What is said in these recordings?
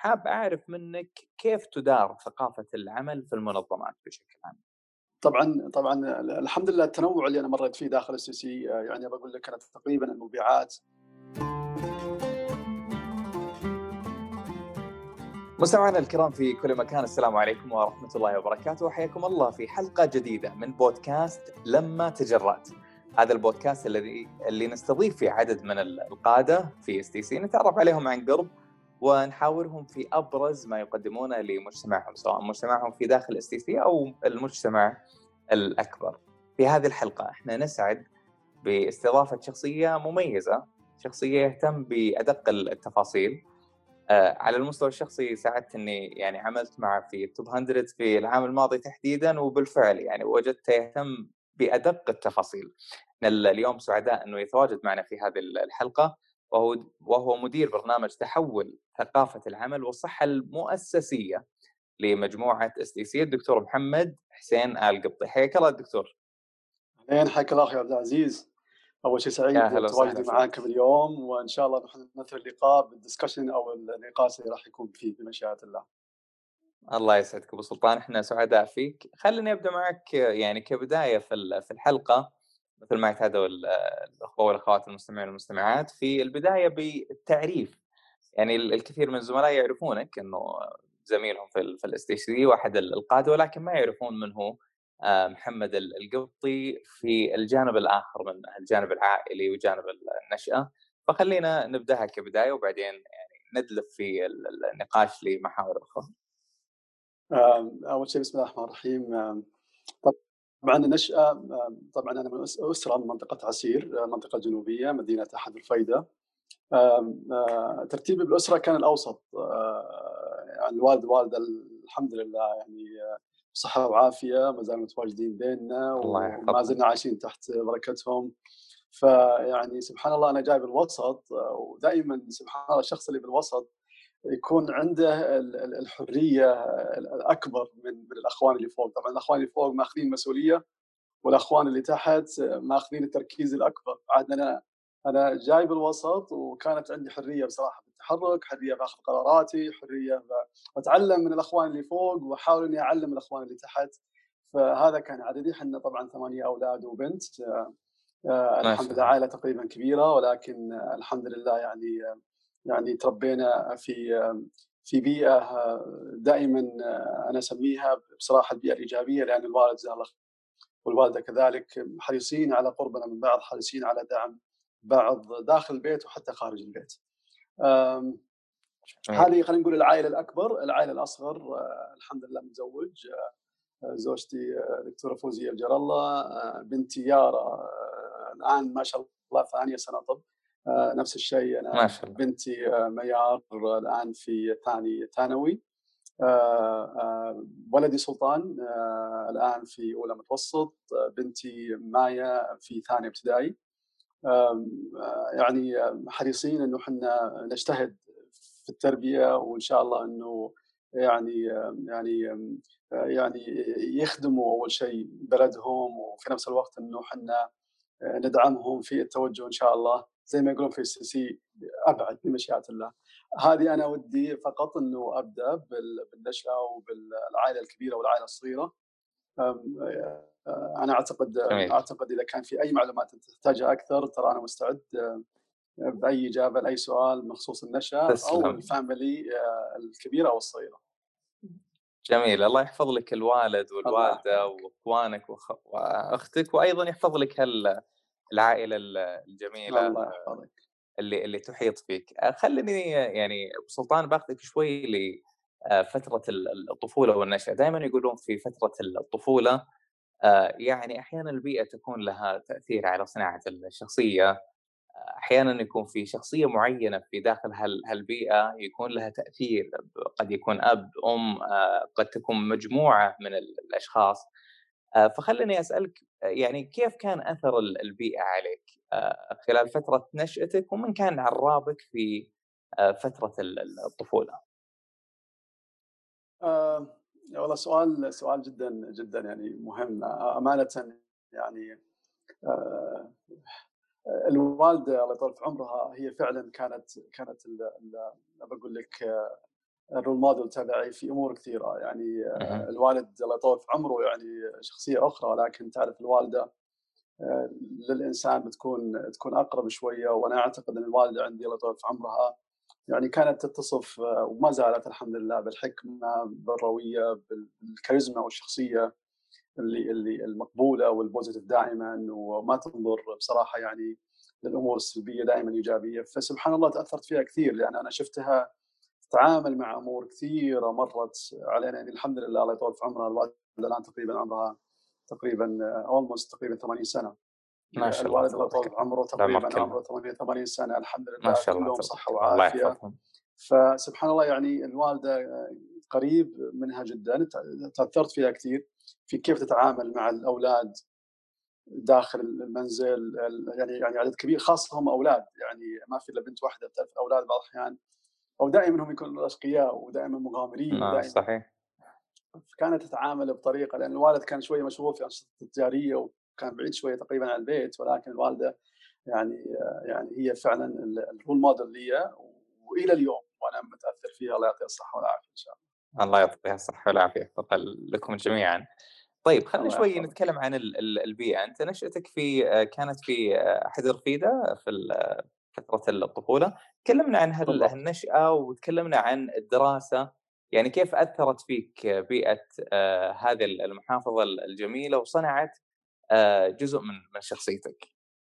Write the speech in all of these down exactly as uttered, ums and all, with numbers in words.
حاب أعرف منك كيف تدار ثقافة العمل في المنظمات بشكل عام؟ طبعًا، طبعًا ال الحمد لله التنوُّع اللي أنا مرّيت فيه داخل السيسي يعني باقول لك أنا تقريبًا المبيعات. مستمعينا الكرام في كل مكان، السلام عليكم ورحمة الله وبركاته، وحياكم الله في حلقة جديدة من بودكاست لما تجرأت. هذا البودكاست الذي اللي نستضيف فيه عدد من ال- القادة في اس تي سي، نتعرف عليهم عن قرب ونحاورهم في أبرز ما يقدمونه لمجتمعهم، سواء مجتمعهم في داخل اس تي سي أو المجتمع الأكبر. في هذه الحلقة احنا نسعد باستضافة شخصية مميزة، شخصية يهتم بأدق التفاصيل. آه، على المستوى الشخصي سعدت اني يعني عملت معه في التوب مية في العام الماضي تحديدا، وبالفعل يعني وجدته يهتم بادق التفاصيل. إحنا اليوم سعداء انه يتواجد معنا في هذه الحلقه، وهو وهو مدير برنامج تحول ثقافه العمل والصحه المؤسسيه لمجموعه اس تي سي، الدكتور محمد حسين آل قبطي. حياك الله دكتور. أهلين حياك الله أخي عبد العزيز. أول شيء يا سعيد هلا وسهلا بتواجدي معاكم فيك. اليوم، وإن شاء الله نحن نثري اللقاء بالdiscussion أو النقاش اللي راح يكون فيه بمشيئة الله. الله يسعدك ابو سلطان، احنا سعداء فيك. خليني ابدا معك يعني كبدايه في ال- في الحلقه، مثل ما اعتادوا ال- الاخوه والاخوات المستمعين والمستمعات في البدايه بالتعريف. يعني ال- الكثير من الزملاء يعرفونك انه زميلهم في ال في الاس تي سي واحد ال- القاده، ولكن ما يعرفون من هو آه، محمد ال- القبطي في الجانب الاخر، من الجانب العائلي وجانب النشأة. فخلينا نبداها كبدايه، وبعدين يعني ندلف في ال- ال- النقاش لمحاور اخرى. آمم، أول شيء بسم الله الرحمن الرحيم. آمم، طبعًا النشأة. آمم، طبعًا أنا من أس أسرة من منطقة عسير، آه، المنطقة الجنوبية، مدينة أحد الفيضة. آمم، آآ، ترتيبي بالأسرة كان الأوسط. آآ، يعني الوالد والوالدة الحمد لله يعني بصحة وعافية، ما زالوا متواجدين بيننا الله وما يحفظهم. زلنا عايشين تحت بركتهم. فيعني سبحان الله أنا جاي بالوسط، ودائمًا سبحان الله الشخص اللي بالوسط يكون عنده ال ال الحرية ال الأكبر من من الأخوان اللي فوق. طبعًا الأخوان اللي فوق ماخذين مسؤولية، والأخوان اللي تحت ماخذين التركيز الأكبر. عاد أنا أنا جاي بالوسط، وكانت عندي حرية بصراحة بالتحرك، حرية بآخذ قراراتي، حرية ب باتعلم من الأخوان اللي فوق، واحاول إني أعلم الأخوان اللي تحت. فهذا كان عددي. إحنا طبعًا ثمانية أولاد وبنت. آآ ما الحمد شاء لله الله. عائلة تقريبًا كبيرة، ولكن آه، الحمد لله يعني آه، يعني تربينا في آه، في بيئة آه، دائمًا آه، أنا أسميها بصراحة البيئة الإيجابية، لأن الوالد جزاه الله والوالدة كذلك حريصين على قربنا من بعض، حريصين على دعم بعض داخل البيت وحتى خارج البيت. آمم، جميل. هذه خلينا نقول العائلة الأكبر. العائلة الأصغر آآ، الحمد لله متزوج. آآ، زوجتي آه، دكتورة فوزية الجار الله. آآ، بنتي يارا آآ، الآن ما شاء الله ثانية سنة طب. آآ، نفس الشيء ما أنا شاء الله. بنتي آآ، ميار الآن في ثاني ثانوي. آآ آآ ولدي سلطان آآ الآن في أولى متوسط. آه، بنتي مايا في ثانية ابتدائي. آمم آآ يعني حريصين إنه إحنا نجتهد في التربية، وإن شاء الله إنه يعني آمم يعني آمم آآ يعني يخدموا أول شيء بلدهم، وفي نفس الوقت إنه إحنا آآ ندعمهم في التوجه إن شاء الله زي ما يقولون في السياسي أبعد بمشيئة الله. هذه أنا ودي فقط إنه أبدأ بال بالنشأة وبالعائلة الكبيرة والعائلة الصغيرة. آمم آآ أنا أعتقد جميل. أعتقد إذا كان في أي معلومات أنت تحتاجها أكثر ترى أنا مستعد آه، بأي إجابة لأي سؤال بخصوص النشأة أو تسلم. الfamily آآ الكبيرة أو الصغيرة. جميل، الله يحفظ لك الوالد الله والوالدة يحفظك. وإخوانك وأخ وأختك، وأيضًا يحفظ لك هال العائلة ال الجميلة الله يحفظك. اللي اللي تحيط فيك. آآ خلّيني يعني أبو سلطان باخذك شوي ل آآ فترة ال ال الطفولة والنشأة. دايمًا يقولون في فترة ال الطفولة آآ يعني أحيانًا البيئة تكون لها تأثير على صناعة الشخصية. أحيانًا يكون في شخصية معينة في داخل هال هالبيئة يكون لها تأثير، ب قد يكون أب، أم، آآ قد تكون مجموعة من ال الأشخاص. آآ فخلّيني أسألك آه، يعني كيف كان أثر ال البيئة عليك آآ خلال فترة نشأتك، ومن كان عرّابك في آآ فترة ال ال الطفولة؟ آآ والله سؤال سؤال جدًا جدًا يعني مهم. أ أمانةً يعني آآ الوالدة الله يطول في عمرها هي فعلًا كانت كانت ال ال باقول لك الرول موديل تبعي في امور كثيره. يعني اهم. آه، الوالد الله يطول في عمره يعني شخصيه اخرى، ولكن تعرف الوالده آه، للانسان بتكون تكون اقرب شويه. وانا اعتقد ان الوالده عندي الله يطول في عمرها يعني كانت تتصف آه، وما زالت الحمد لله بالحكمه، بالرويه، بالكاريزما والشخصيه اللي اللي المقبوله والبوزيتيف دائما، وما تنظر بصراحه يعني للامور السلبيه، دائما ايجابيه. فسبحان الله تاثرت فيها كثير، لان انا شفتها تتعامل مع امور كثيره مرت علينا. يعني الحمد لله الله يطول في عمرها، الوالده الان تقريبا عمرها تقريبا اولموست تقريبا ثمانين سنه. ما شاء الله الوالد الله تبارك يطول في الله. عمره العمر تقريبا كله. عمره ثمانية وثمانين سنه، الحمد ما لله شاء الله كلهم صحه تبارك الله، الله وعافيه. يحفظهم. فسبحان الله يعني الوالده قريب منها جدا، تاثرت فيها كثير في كيف تتعامل مع الاولاد داخل المنزل. يعني يعني عدد كبير، خاصه هم اولاد، يعني ما في الا بنت واحده. بتعرف الاولاد بعض الاحيان او دائما هم يكونوا اشقياء ودائما مغامرين نعم ودائما. صحيح. كانت تتعامل بطريقه، لان الوالد كان شويه مشغول في انشطه تجاريه وكان بعيد شويه تقريبا عن البيت، ولكن الوالده يعني يعني هي فعلا الرول موديل لي والى اليوم وانا متاثر فيها. الله يعطيها الصحه والعافيه ان شاء الله. الله يعطيها الصحة والعافية، يحفظها لكم جميعا. طيب خلينا الله شوي يحفظك. نتكلم عن ال ال البيئة. أنت نشأتك في آه، كانت في آه، أحد رفيدة في ال- فترة الطفولة. تكلمنا عن هال- بالضبط. هالنشأة وتكلمنا عن الدراسة، يعني كيف أثرت فيك بيئة آه، هذه المحافظة الجميلة وصنعت آه، جزء من من شخصيتك.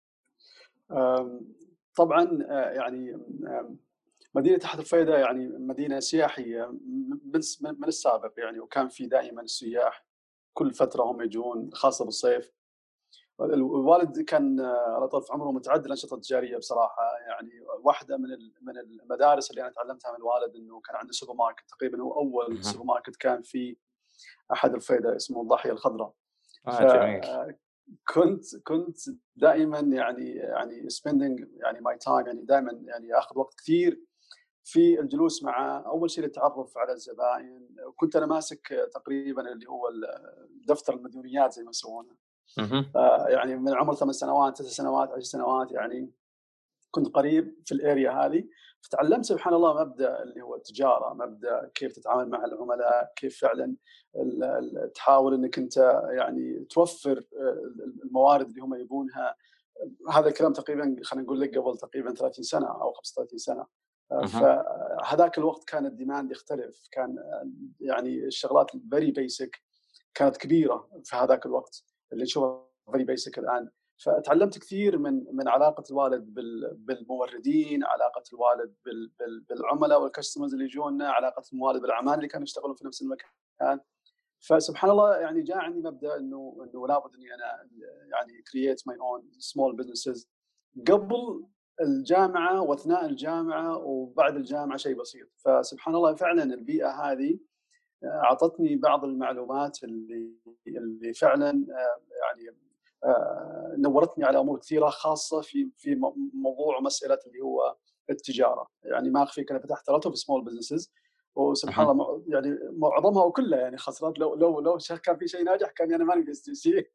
آمم، طبعًا آآ يعني آمم، مدينة أحد الفيضة يعني مدينة سياحية م من س من السابق يعني، وكان في دائمًا السياح كل فترة هم يجون خاصة بالصيف. ال الوالد كان آه، الله يطول في عمره متعدد الأنشطة التجارية بصراحة. يعني واحدة من ال من المدارس اللي أنا تعلمتها من الوالد إنه كان عنده سوبر ماركت، تقريبًا هو أول مهم. سوبر ماركت كان في أحد الفيضة اسمه الضاحية الخضراء. آه ف جميل. كنت كنت دائمًا يعني يعني spending يعني my time يعني دائمًا يعني آخذ وقت كثير في الجلوس معه. أول شيء للتعرف على الزباين، وكنت أنا ماسك تقريبًا اللي هو ال دفتر المديونيات زي ما يسمونه. مهم. آآ يعني من عمر ثمان سنوات، تسع سنوات، عشر سنوات يعني كنت قريب في الاريا هذه. فتعلمت سبحان الله مبدا اللي هو التجاره، مبدا كيف تتعامل مع العملاء، كيف فعلا ال- ال- تحاول انك انت يعني توفر آه، الموارد اللي هم يبونها. هذا الكلام تقريبا خلينا نقول لك قبل تقريبا ثلاثين سنه او خمسة وثلاثين سنه. آه، مهم. فهذاك الوقت كان الديماند يختلف، كان آه، يعني الشغلات الفيري بيسك كانت كبيره في هذاك الوقت اللي نشوفها فيري بيسك الان. فتعلمت كثير من من علاقه الوالد بالموردين، علاقه الوالد بالعملاء والكاستمرز اللي يجونا، علاقه الوالد بالاعمال اللي كانوا يشتغلون في نفس المكان. فسبحان الله يعني جاء عندي مبدا انه انه لابد اني انا يعني كرييت ماي اون سمول بزنسز قبل الجامعه واثناء الجامعه وبعد الجامعه شيء بسيط. فسبحان الله فعلا البيئه هذه اعطتني بعض المعلومات اللي اللي فعلا يعني آه، نورتني على امور كثيره، خاصه في في موضوع ومساله اللي هو التجاره. يعني ما اخفيك انا فتحت ثلاثه في سمول بزنسز، وسبحان مهم. الله يعني معظمها وكلها يعني خسرت. لو لو لو كان في شيء ناجح كان انا ماني شيء.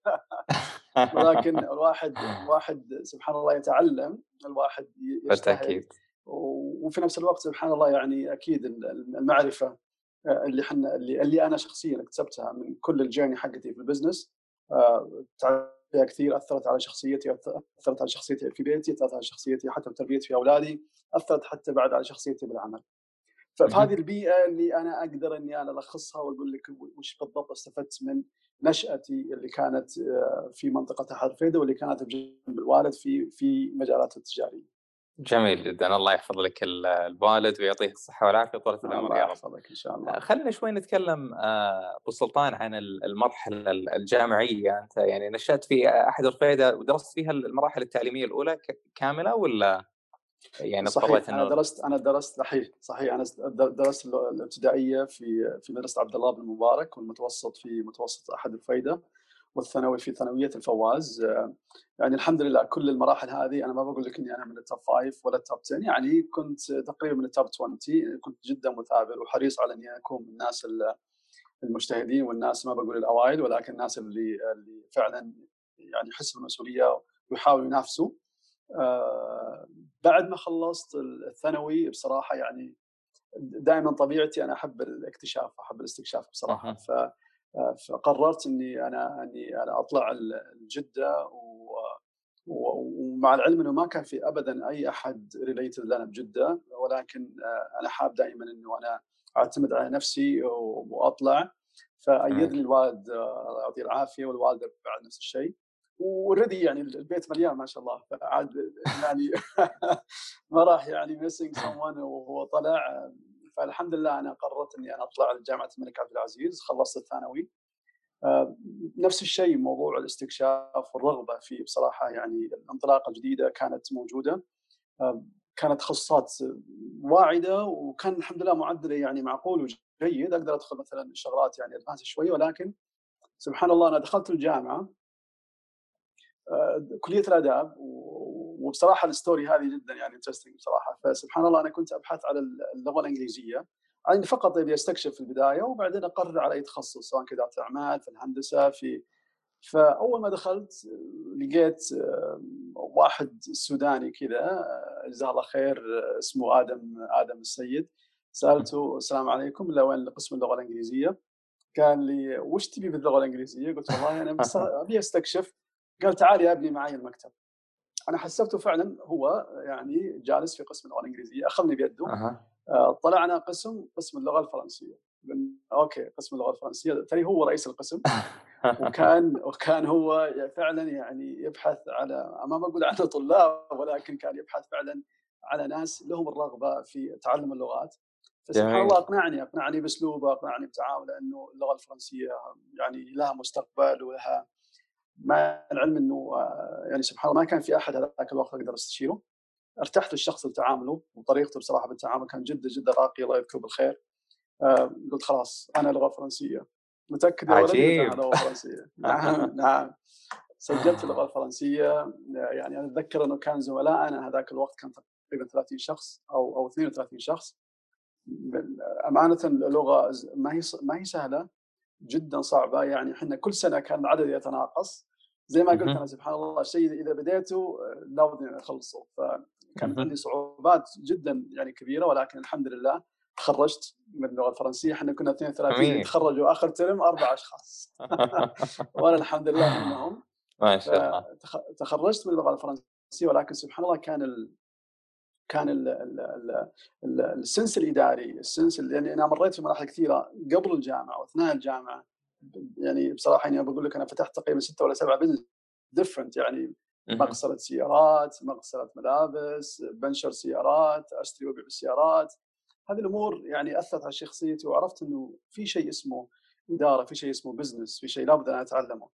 ولكن الواحد الواحد سبحان الله يتعلم، الواحد يجتهد. بالتأكيد. وفي نفس الوقت سبحان الله يعني اكيد المعرفه اللي احنا اللي اللي انا شخصيا اكتسبتها من كل الجيرني حقتي في البزنس تعبت فيها كثير، اثرت على شخصيتي، اثرت على شخصيتي في بيتي، اثرت على شخصيتي حتى في تربيتي في اولادي، اثرت حتى بعد على شخصيتي بالعمل. فهذه مهم. البيئه اللي انا اقدر اني انا الخصها واقول لك وش بالضبط استفدت من نشاتي اللي كانت في منطقه حرفيده واللي كانت بجنب الوالد في في مجالات التجاريه. جميل جدًا، الله يحفظ لك ال الوالد ويعطيه الصحة والعافية وطولة العمر الله يا رب. يحفظك ان شاء آآ الله. خلّينا شوي نتكلم آآ أبو سلطان عن ال المرحلة ال الجامعية. أنت يعني نشأت في أحد رفيدة ودرست فيها المراحل التعليمية الأولى ك كاملة والّا يعني اضطريت صحيح انا إنه درست انا درست صحيح صحيح انا درست الابتدائيه في في مدرسه عبد الله بن المبارك، والمتوسط في متوسط احد الفيده، والثانوي في ثانويه الفواز. يعني الحمد لله كل المراحل هذه انا ما بقول لك اني انا من التوب فايف ولا التوب عشرة، يعني كنت تقريبا من التوب عشرين. كنت جدا مثابر وحريص على اني اكون من الناس المجتهدين والناس ما بقول الاوائل، ولكن الناس اللي اللي فعلا يعني يحسوا بالمسؤوليه ويحاولوا ينافسوا. آه بعد ما خلصت الثانوي بصراحه يعني دائما طبيعتي انا احب الاكتشاف، احب الاستكشاف بصراحه. ف فقررت اني انا اني انا اطلع لجده، ومع العلم انه ما كان في ابدا اي احد ريليتد لنا بجده، ولكن انا حاب دائما انه انا اعتمد على نفسي واطلع. فايدني الوالد الله يعطيه العافيه، والوالده بعد نفس الشيء. وريدي يعني البيت مليان ما شاء الله، فعاد يعني ما راح يعني ميسنج someone وهو طلع. فالحمد لله انا قررت اني انا اطلع لجامعه الملك عبد العزيز، خلصت الثانوي. نفس الشيء موضوع الاستكشاف والرغبه في بصراحه، يعني الانطلاقه الجديده كانت موجوده. كانت تخصصات واعده، وكان الحمد لله معدلي يعني معقول وجيد، اقدر ادخل مثلا شغلات يعني ادفانس شوي. ولكن سبحان الله انا دخلت الجامعه كليه الاداب، وبصراحه الستوري هذه جدا يعني انترستنج بصراحه. فسبحان الله انا كنت ابحث على اللغه الانجليزيه، يعني فقط ابي استكشف في البدايه، وبعدين اقرر على اي تخصص، سواء كاداره اعمال، في الهندسه، في فاول ما دخلت لقيت واحد سوداني كذا جزاه الله خير اسمه ادم ادم السيد. سالته السلام عليكم، لا وين قسم اللغه الانجليزيه؟ قال لي وش تبي باللغه الانجليزيه؟ قلت والله انا بس ابي استكشف. قال تعال يا ابني معي المكتب. انا حسبته فعلا هو يعني جالس في قسم اللغه الانجليزيه، اخذني بيده. طلعنا قسم قسم اللغه الفرنسيه. قلنا اوكي قسم اللغه الفرنسيه، ترى هو رئيس القسم. وكان وكان هو فعلا يعني يبحث على، ما بقول عنه طلاب، ولكن كان يبحث فعلا على ناس لهم الرغبه في تعلم اللغات. فسبحان الله اقنعني اقنعني باسلوبه، اقنعني بتعامله، انه اللغه الفرنسيه يعني لها مستقبل ولها، مع العلم انه يعني سبحان الله ما كان في احد هذاك الوقت اقدر استشيره. ارتحت للشخص لتعامله وطريقته بصراحه بالتعامل، كان جدا جدا راقي الله يذكره بالخير. قلت خلاص انا لغه فرنسيه. متاكد يا ولدي؟ قلت انا لغه فرنسيه. نعم نعم. سجلت اللغه الفرنسيه. يعني انا اتذكر انه كان زملائنا هذاك الوقت كان تقريبا ثلاثين شخص او او اثنين وثلاثين شخص. امانه اللغه ما هي ما هي سهله، جدا صعبه. يعني احنا كل سنه كان العدد يتناقص، زي ما قلت انا سبحان الله الشيء اذا بديته لابد ان اخلصه. فكانت عندي صعوبات جدا يعني كبيره، ولكن الحمد لله تخرجت من اللغه الفرنسيه. احنا كنا اثنين وثلاثين تخرجوا اخر ترم اربع اشخاص وانا الحمد لله منهم. ما شاء الله. تخرجت من اللغه الفرنسيه، ولكن سبحان الله كان ال كان ال ال ال ال السنس الاداري، السنس اللي يعني انا مريت في مراحل كثيره قبل الجامعه واثناء الجامعه. يعني بصراحه يعني بقول لك انا فتحت تقريبا ستة ولا سبعة بزنس ديفرنت، يعني مغسله سيارات، مغسله ملابس، بنشر سيارات، اشتري وابيع بالسيارات. هذه الامور يعني اثرت على شخصيتي، وعرفت انه في شيء اسمه اداره، في شيء اسمه بزنس، في شيء لابد ان اتعلمه.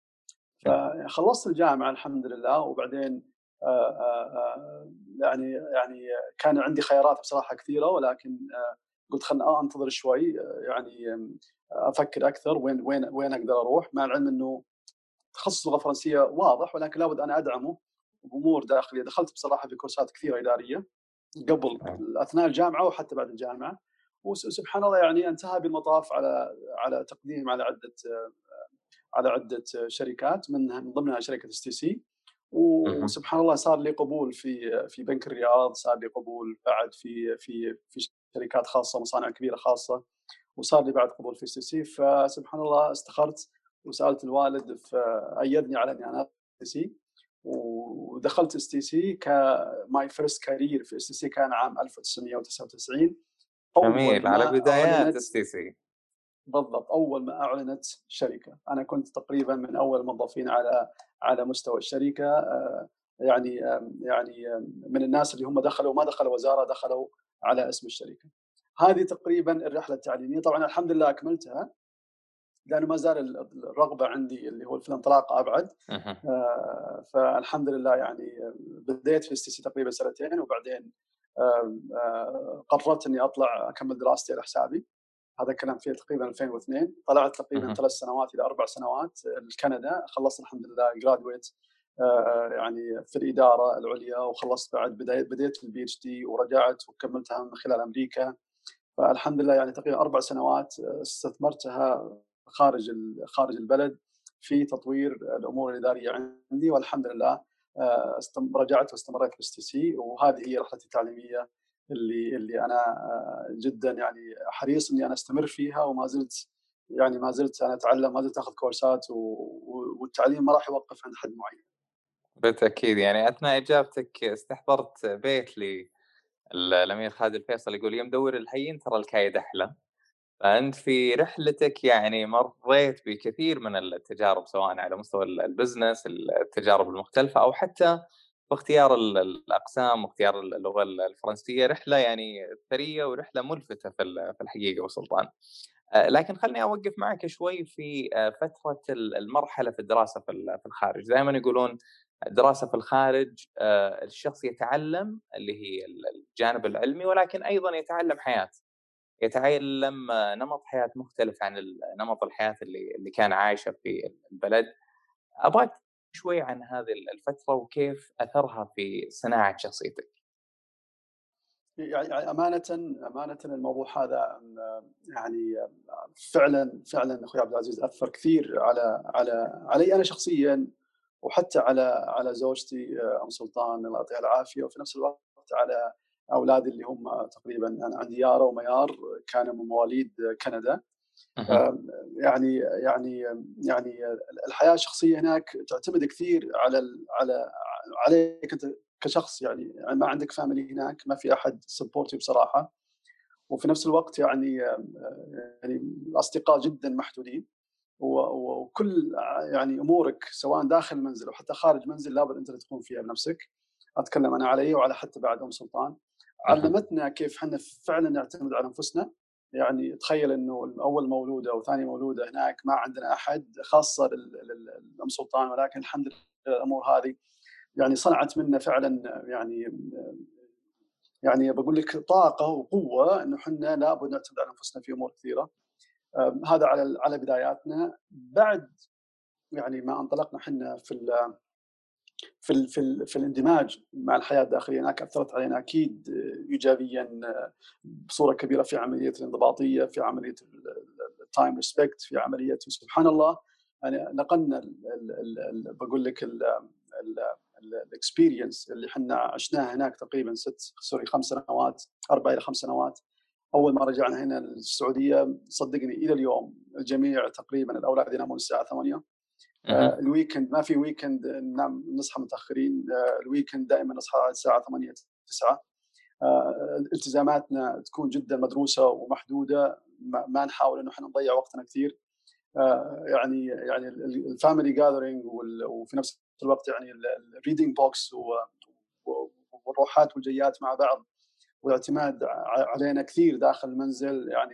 فخلصت الجامعه الحمد لله، وبعدين آآ آآ يعني يعني كان عندي خيارات بصراحه كثيره، ولكن قلت خلنا انتظر شوي، يعني افكر اكثر وين وين وين اقدر اروح. مع العلم انه تخصص اللغه الفرنسيه واضح، ولكن لابد ان ادعمه بامور داخليه. دخلت بصراحه في كورسات كثيره اداريه قبل اثناء الجامعه وحتى بعد الجامعه، وسبحان الله يعني انتهى بالمطاف على على تقديم على عده على عده شركات، منها من ضمنها شركه اس تي سي. وسبحان الله صار لي قبول في في بنك الرياض، صار لي قبول بعد في في في شركات خاصه، مصانع كبيره خاصه، وصار لي بعد قبول في اس تي سي. فسبحان الله استخرت وسالت الوالد، فايدني على اني انا اس تي سي، ودخلت اس تي سي كماي فيرست كارير في اس تي سي كان عام ألف وتسعمئة وتسعة وتسعين. جميل، على بدايات اس تي سي. بالضبط، اول ما اعلنت شركه. انا كنت تقريبا من اول الموظفين على على مستوى الشركه، يعني يعني من الناس اللي هم دخلوا ما دخلوا وزاره، دخلوا على اسم الشركه. هذه تقريبا الرحله التعليميه. طبعا الحمد لله اكملتها، لانه ما زال الرغبه عندي اللي هو في الانطلاق ابعد. فالحمد لله يعني بديت في اس تي سي تقريبا سنتين، وبعدين قررت اني اطلع اكمل دراستي على حسابي. هذا الكلام في تقريبا ألفين واثنين. طلعت تقريبا ثلاث سنوات الى اربع سنوات لكندا، خلصت الحمد لله جرادويت يعني في الاداره العليا، وخلصت بعد بدايه بديت البي اتش دي ورجعت وكملتها من خلال امريكا. فالحمد لله يعني تقريبا اربع سنوات استثمرتها خارج خارج البلد في تطوير الامور الاداريه عندي، والحمد لله رجعت واستمريت في اس تي سي. وهذه هي رحلتي التعليميه اللي اللي انا جدا يعني حريص اني انا استمر فيها، وما زلت يعني ما زلت انا اتعلم، ما زلت اخذ كورسات، والتعليم ما راح يوقف عند حد معين. بالتأكيد. يعني أثناء إجابتك استحضرت بيت للأمير خالد الفيصل يقول: يا مدور الهين ترى الكايد أحلى. فأنت في رحلتك يعني مرّيت بكثير من التجارب، سواء على مستوى ال الbusiness، التجارب المختلفة، أو حتى باختيار ال الأقسام واختيار اللغة ال الفرنسية. رحلة يعني ثرية ورحلة ملفتة في ال في الحقيقة أبو سلطان. آآ لكن خلّيني أوقّف معك شوي في آآ فترة ال المرحلة في الدراسة في ال في الخارج. دايمًا يقولون الدراسة في الخارج آآ الشخص يتعلم اللي هي ال الجانب العلمي، ولكن أيضًا يتعلم حياة. يتعلم نمط حياة مختلف عن ال نمط الحياة اللي اللي كان عايشه في البلد. أبغاك شوي عن هذه ال الفترة وكيف أثرها في صناعة شخصيتك؟ يعني أمانةً أمانةً الموضوع هذا م يعني فعلًا، فعلًا أخوي عبد العزيز أثّر كثير على على علي أنا شخصيًا، وحتى على على زوجتي أم سلطان الله يعطيها العافية، وفي نفس الوقت على أولادي اللي هم تقريبًا أنا عندي يارا وميار كانوا من مواليد كندا. اهم. آمم يعني يعني يعني الحياة الشخصية هناك تعتمد كثير على ال على عليك أنت كشخص يعني، يعني ما عندك family هناك، ما في أحد supportive بصراحة، وفي نفس الوقت يعني آمم يعني الأصدقاء جدًا محدودين، و و وكل يعني أمورك سواء داخل المنزل أو حتى خارج المنزل لابد أنت اللي تقوم فيها بنفسك. أتكلم أنا علي وعلى حتى بعد أم سلطان، اهم. علّمتنا كيف حنا فعلًا نعتمد على أنفسنا. يعني تخيل إنه أول مولودة أو ثاني مولودة هناك ما عندنا أحد، خاصة ال ال ال أم سلطان، ولكن الحمد لله الأمور هذه يعني صنعت منا فعلًا يعني يعني باقول لك طاقة وقوة إنه حنا لابد نعتمد على أنفسنا في أمور كثيرة. آمم هذا على ال على بداياتنا. بعد يعني ما انطلقنا حنا في ال في ال في ال في الاندماج مع الحياة الداخلية هناك، أثّرت علينا أكيد إيجابيًا بصورة كبيرة في عملية الانضباطية، في عملية ال ال الtime respect، في عملية سبحان الله يعني نقلنا ال ال ال باقول لك ال ال ال الexperience اللي حنا عشناها هناك تقريبًا ست سوري خمس سنوات، أربع إلى خمس سنوات. أول ما رجعنا هنا للسعودية صدّقني إلى اليوم الجميع تقريبًا الأولاد ينامون الساعة ثمانية. اهم. آآ الweekend ما في weekend ننام نصحى متأخرين. آآ الweekend دائمًا نصحى على الساعة ثمانية تسعة. آآ التزاماتنا تكون جدًا مدروسة ومحدودة، ما ما نحاول إنه إحنا نضيّع وقتنا كثير. آآ يعني يعني ال الfamily gathering وال وفي نفس الوقت يعني ال الreading box و و والروحات والجيات مع بعض، والاعتماد ع علينا كثير داخل المنزل يعني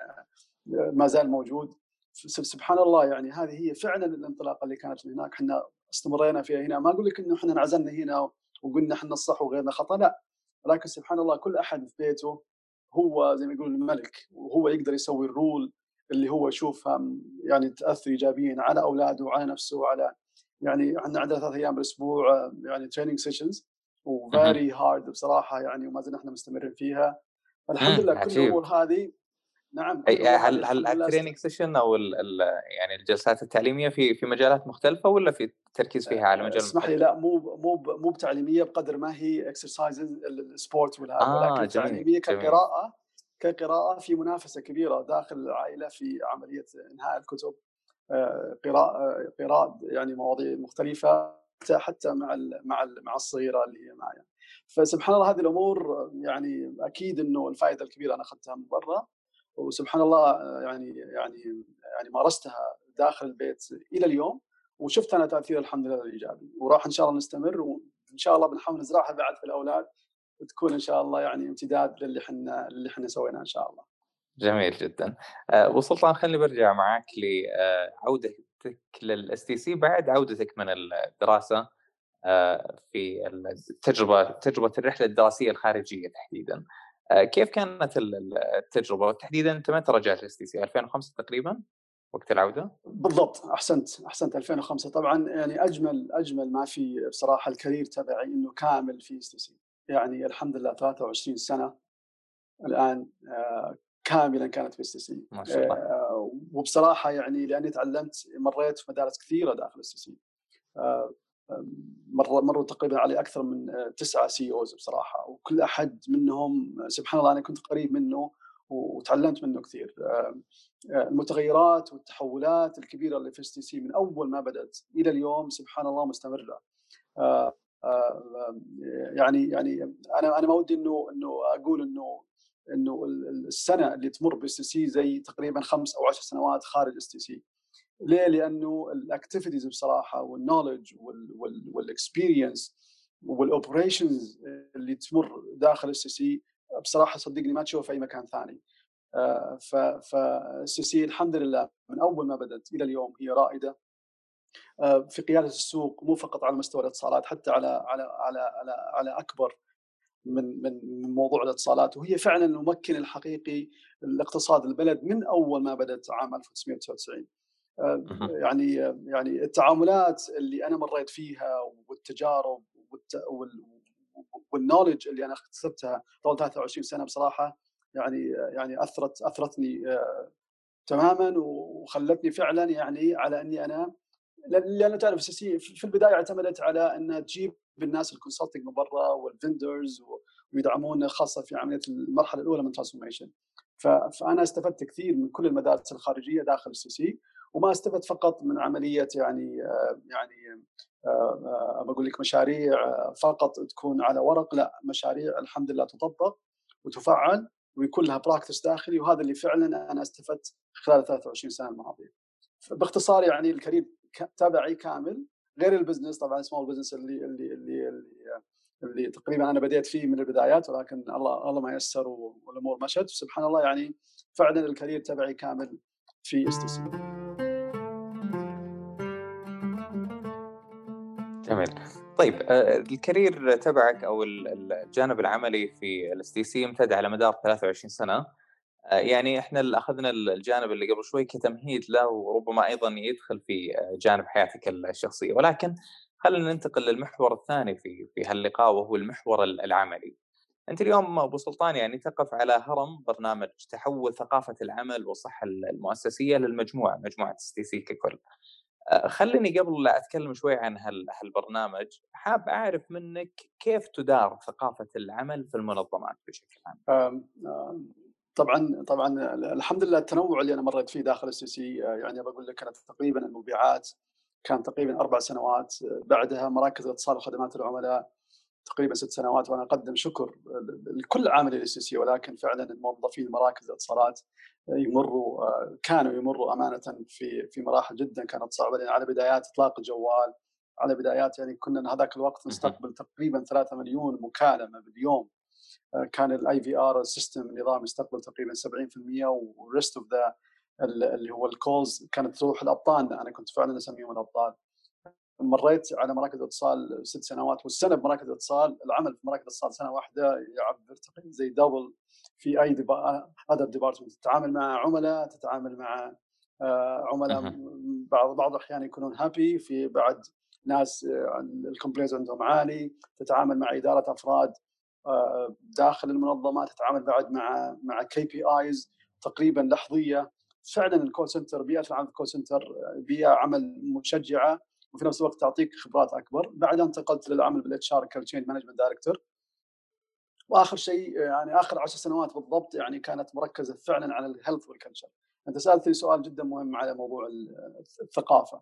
ما زال موجود. س سبحان الله يعني هذه هي فعلًا الانطلاقة اللي كانت من هناك، إحنا استمرينا فيها هنا. ما أقول لك إنه إحنا انعزلنا هنا وقلنا إحنا الصح وغيرنا خطأ، لأ، ولكن سبحان الله كل أحد في بيته هو زي ما يقولون الملك، وهو يقدر يسوي الrule اللي هو يشوفها م يعني تأثّر إيجابيًا على أولاده وعلى نفسه وعلى يعني إحنا عندنا ثلاث أيام بالأسبوع يعني training sessions اهم. وvery hard بصراحة يعني، وما زلنا إحنا مستمرين فيها. فالحمد إمم، لله كل عجيب. الأمور هذه نعم، كل أي الأمور هذه هل هل الحمد لله است الtraining session أو ال ال يعني الجلسات التعليمية في في مجالات مختلفة والّا في التركيز فيها على مجال اسمح لي محدد؟ لأ مو ب مو ب مو بتعليمية بقدر ما هي exercises ال الsport والهذا، آه، ولكن جميل، تعليمية جميل. كقراءة. كقراءة في منافسة كبيرة داخل العائلة في عملية إنهاء الكتب. آآ قراءة قراءة يعني مواضيع مختلفة حتى حتى مع ال مع ال مع الصغيرة اللي هي معي. فسبحان الله هذه الأمور يعني أكيد إنه الفائدة الكبيرة أنا أخذتها من برّا، وسبحان الله آه، يعني يعني يعني مارستها داخل البيت إلى اليوم، وشُفت أنا تأثيرها الحمد لله الإيجابي، وراح إن شاء الله نستمر، وإن شاء الله بنحاول نزرعها بعد في الأولاد، وتكون إن شاء الله يعني امتداد للي حنا للي حنا سويناه إن شاء الله. جميل جدًا. آآ أبو سلطان، خلّيني بارجع معاك ل آآ عودتك للإس تي سي بعد عودتك من الدراسة آآ في ال التجربة تجربة الرحلة الدراسية الخارجية تحديدًا. آآ كيف كانت ال ال التجربة؟ وتحديدًا أنت متى رجعت إس تي سي؟ ألفين وخمسة تقريبًا وقت العودة؟ بالضبط، أحسنت، أحسنت ألفين وخمسة طبعًا يعني أجمل أجمل ما في بصراحة الcareer تبعي إنه كامل في إس تي سي. يعني الحمد لله ثلاثة وعشرين سنة الآن آآ كاملًا كانت في إس تي سي. ما شاء الله. آآ وبصراحة يعني لأني تعلمت مرّيت في مدارس كثيرة داخل إس تي سي. آآ مر مروا تقريبا علي اكثر من تسعه سي اوز بصراحه، وكل احد منهم سبحان الله انا كنت قريب منه وتعلمت منه كثير. المتغيرات والتحولات الكبيره اللي في اس تي سي من اول ما بدات الى اليوم سبحان الله مستمره. يعني يعني انا انا ما ودي انه انه اقول انه انه السنه اللي تمر باس تي سي زي تقريبا خمس او عشر سنوات خارج اس تي سي. ليه؟ لانه الاكتيفيتيز بصراحه والنولج والاكسبيرينس والاوبريشنز اللي تمر داخل اس سي بصراحه صدقني ما تشوفها في اي مكان ثاني. ف ف اس سي الحمد لله من اول ما بدات الى اليوم هي رائده في قياده السوق، مو فقط على مستوى الاتصالات، حتى على على على على, على اكبر من من من موضوع الاتصالات، وهي فعلا الممكن الحقيقي لاقتصاد البلد من اول ما بدات عام ألف وتسعمئة وتسعة وتسعين. يعني يعني التعاملات اللي انا مريت فيها والتجارب والنولج اللي انا اكتسبتها طول ثلاثة وعشرين سنه بصراحه يعني يعني اثرت اثرتني تماما، وخلتني فعلا يعني على اني انا، لان تعرف في البدايه اعتمدت على ان تجيب الناس الكونسلتنج من برا والفندرز ويدعمونا خاصه في عمليه المرحله الاولى من ترانسفورميشن. فانا استفدت كثير من كل المدارس الخارجيه داخل السي سي، وما استفدت فقط من عمليه يعني يعني بقول لك مشاريع فقط تكون على ورق، لا، مشاريع الحمد لله تطبق وتفعل ويكون لها براكتس داخلي، وهذا اللي فعلا انا استفدت خلال ثلاثة وعشرين سنه الماضيه. باختصار يعني الكارير تبعي كامل غير البزنس، طبعا سمول بزنس اللي اللي اللي اللي, اللي تقريبا انا بديت فيه من البدايات، ولكن الله الله ما ييسر والامور مشت سبحان الله. يعني فعلا الكارير تبعي كامل في اس تي سي. جميل. طيب الكارير تبعك او الجانب العملي في الاس تي سي امتد على مدار ثلاثة وعشرين سنه. يعني احنا اخذنا الجانب اللي قبل شوي كتمهيد له، وربما ايضا يدخل في جانب حياتك الشخصيه، ولكن خلينا ننتقل للمحور الثاني في في هاللقاء وهو المحور العملي. انت اليوم ابو سلطان يعني تقف على هرم برنامج تحول ثقافه العمل والصحه المؤسسيه للمجموعه مجموعه اس تي سي ككل. خليني قبل لا اتكلم شوي عن هالبرنامج حاب اعرف منك كيف تدار ثقافه العمل في المنظمات بشكل عام. طبعا طبعا الحمد لله التنوع اللي انا مريت فيه داخل السي سي، يعني بقول لك كانت تقريبا المبيعات كان تقريبا اربع سنوات، بعدها مراكز الاتصال وخدمات العملاء تقريبا ست سنوات، وانا اقدم شكر لكل عامل الاس سي، ولكن فعلا الموظفين مراكز الاتصالات يمروا كانوا يمروا امانه في في مراحل جدا كانت صعبه، لان على بدايات اطلاق الجوال، على بدايات يعني كنا هذاك الوقت نستقبل تقريبا ثلاثة مليون مكالمه باليوم. كان الاي في ار سيستم النظام يستقبل تقريبا سبعين بالمئة، والريست اوف ذا اللي هو الكولز كانت تروح الابطال، انا كنت فعلا اسميهم الابطال. مريت على مراكز اتصال ست سنوات، والسنه بمراكز اتصال العمل في مراكز اتصال سنه واحده يعبر تقريبا زي دبل في اي اذر ديبارتمنت. تتعامل مع عملاء، تتعامل مع عملاء بعض بعض الاحيان يكونون هابي، في بعد ناس الكومبلينز عندهم عالي، تتعامل مع اداره افراد داخل المنظمات، تتعامل بعد مع مع كي بي ايز تقريبا لحظيه. فعلا الكول سنتر، بيئه العمل في الكول سنتر بيئه عمل مشجعه وفي نفس الوقت تعطيك خبرات اكبر. بعدها انتقلت للعمل بالاتش ار كتشينج مانجمنت دايركتور، واخر شيء يعني اخر عشر سنوات بالضبط يعني كانت مركزه فعلا على الهيلث والكلتشر. انت سالتني سؤال جدا مهم على موضوع الثقافه.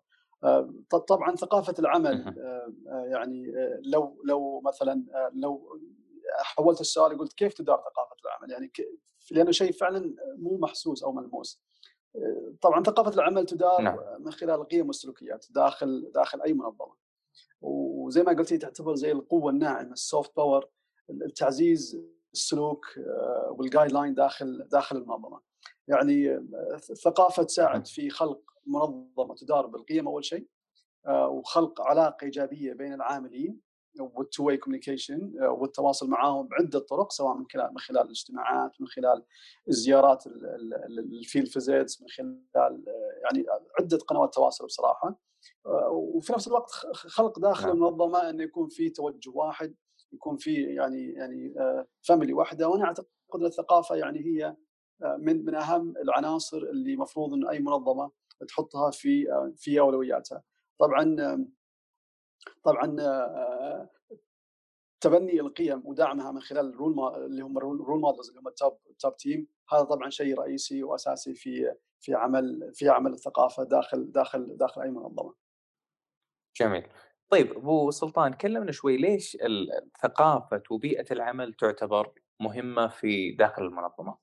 طبعا ثقافه العمل يعني لو لو مثلا لو حولت السؤال قلت كيف تدار ثقافه العمل، يعني لانه شيء فعلا مو محسوس او ملموس. طبعا ثقافه العمل تدار نعم. من خلال القيم والسلوكيات داخل داخل اي منظمه، وزي ما قلتي تعتبر زي القوه الناعمه السوفت باور، التعزيز السلوك والجايد لاين داخل داخل المنظمه. يعني الثقافه تساعد في خلق منظمه تدار بالقيم اول شيء، وخلق علاقه ايجابيه بين العاملين والتو واي كوميونيكيشن والتواصل معهم بعده طرق، سواء من خلال من خلال الاجتماعات، من خلال الزيارات الفيلد فيزيتس، من خلال يعني عده قنوات تواصل بصراحه. وفي نفس الوقت خلق داخل نعم. المنظمه انه يكون في توجه واحد، يكون في يعني يعني فاميلي واحده. وانا اعتقد ان الثقافه يعني هي من من اهم العناصر اللي مفروض ان اي منظمه تحطها في في اولوياتها. طبعا طبعا آه، تبني القيم ودعمها من خلال الرول ما اللي هم الرول مودلز اللي هم التوب توب تيم، هذا طبعا شيء رئيسي واساسي في في عمل في عمل الثقافه داخل داخل داخل اي منظمه. جميل. طيب أبو سلطان، كلمنا شوي ليش ال ثقافة وبيئة العمل تعتبر مهمة في داخل المنظمة؟